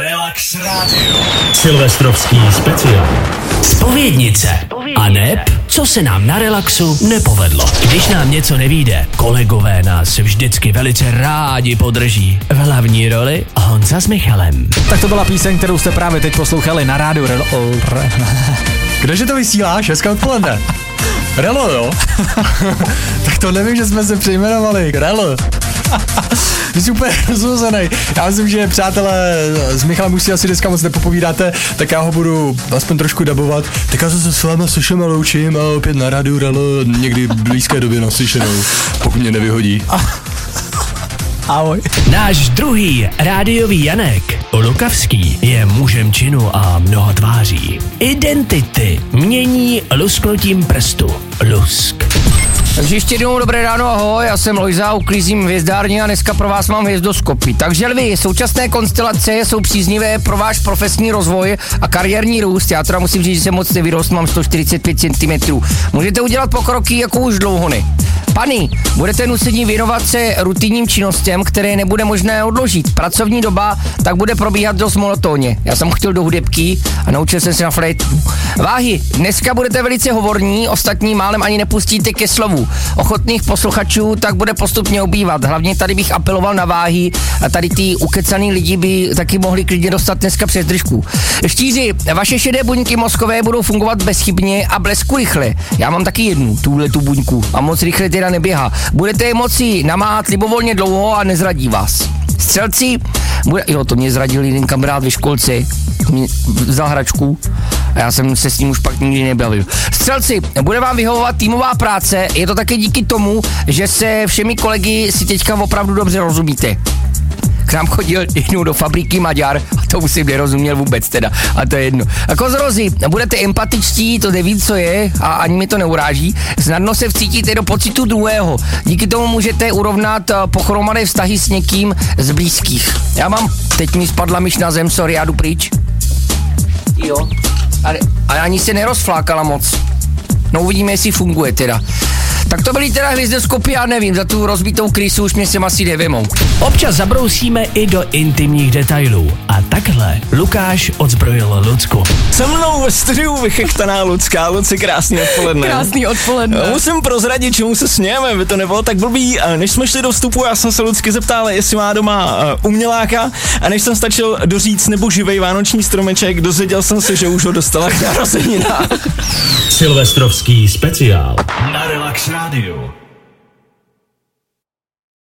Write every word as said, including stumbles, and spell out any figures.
Relax Radio. Silvestrovský speciál. Zpovědnice. A neb, co se nám na Relaxu nepovedlo. Když nám něco nevyjde, kolegové nás vždycky velice rádi podrží. V hlavní roli Honza s Michalem. Tak to byla píseň, kterou jste právě teď poslouchali na rádiu Relo. Kdeže to vysíláš? Hezká odpoledne. Relo, jo? Tak to nevím, že jsme se přejmenovali. Relo. Ty jsi úplně rozhozenej. Já myslím, že přátelé s Michalem už si asi dneska moc nepopovídáte, tak já ho budu aspoň trošku dabovat. Tak já se s váma slyším a loučím a opět na rádiu Relo někdy v blízké době naslyšenou, pokud mě nevyhodí. Ahoj. Náš druhý rádiový Janek, Lukavský, je mužem činu a mnoha tváří. Identity mění lusknutím prstu. Lusk. Takže ještě jednou dobré ráno, ahoj, já jsem Lojza, uklízím hvězdárně a dneska pro vás mám hvězdoskopy. Takže lvy, současné konstelace jsou příznivé pro váš profesní rozvoj a kariérní růst. Já teda musím říct, že jsem moc nevyrost, mám sto čtyřicet pět centimetrů. Můžete udělat pokroky, jako už dlouho ne. Pani, budete nuceni věnovat se rutinním činnostem, které nebude možné odložit. Pracovní doba tak bude probíhat dost monotónně. Já jsem chtěl do hudebky a naučil jsem se na flétnu. Váhy, dneska budete velice hovorní, ostatní málem ani nepustíte ke slovu. Ochotných posluchačů tak bude postupně ubývat. Hlavně tady bych apeloval na váhy a tady ty ukecaný lidi by taky mohli klidně dostat dneska přes držku. Štíři, vaše šedé buňky mozkové budou fungovat bezchybně a blesku rychle. Já mám taky jednu, tuhle tu buňku a moc rychle teda neběhá. Budete je moci namáhat libovolně dlouho a nezradí vás. Střelci, bude, jo, to mě zradil jeden kamarád ve školce, mě vzal hračku a já jsem se s ním už pak nikdy nebavil. Střelci, bude vám vyhovovat týmová práce, je to také díky tomu, že se všemi kolegy si teďka opravdu dobře rozumíte. K nám chodil jednou do fabriky Maďar a to už si nerozuměl vůbec teda, a to je jedno. A kozorozi, budete empatičtí, to neví, co je a ani mi to neuráží. Snadno se vcítíte do pocitu druhého. Díky tomu můžete urovnat pochromané vztahy s někým z blízkých. Já mám, teď mi spadla myš na zem, sorry, já jdu pryč. Jo, ale, ale ani se nerozflákala moc. No uvidíme, jestli funguje teda. Tak to byly teda hvězdoskopy, já nevím, za tu rozbitou krysu už mě sem asi nevemou. Občas zabrousíme i do intimních detailů. A takhle Lukáš odzbrojil Lucku. Se mnou ve studiu vychechtaná Lucka. Luci, krásný odpoledne. Krásný odpoledne. Musím prozradit, čemu se smějeme, by to nebylo tak blbý. Než jsme šli do vstupu, já jsem se Lucky zeptal, jestli má doma uměláka, a než jsem stačil doříct nebo živej vánoční stromeček, dozvěděl jsem se, že už ho dostala k narozeninách. Silvestrovský speciál na Relax Radio.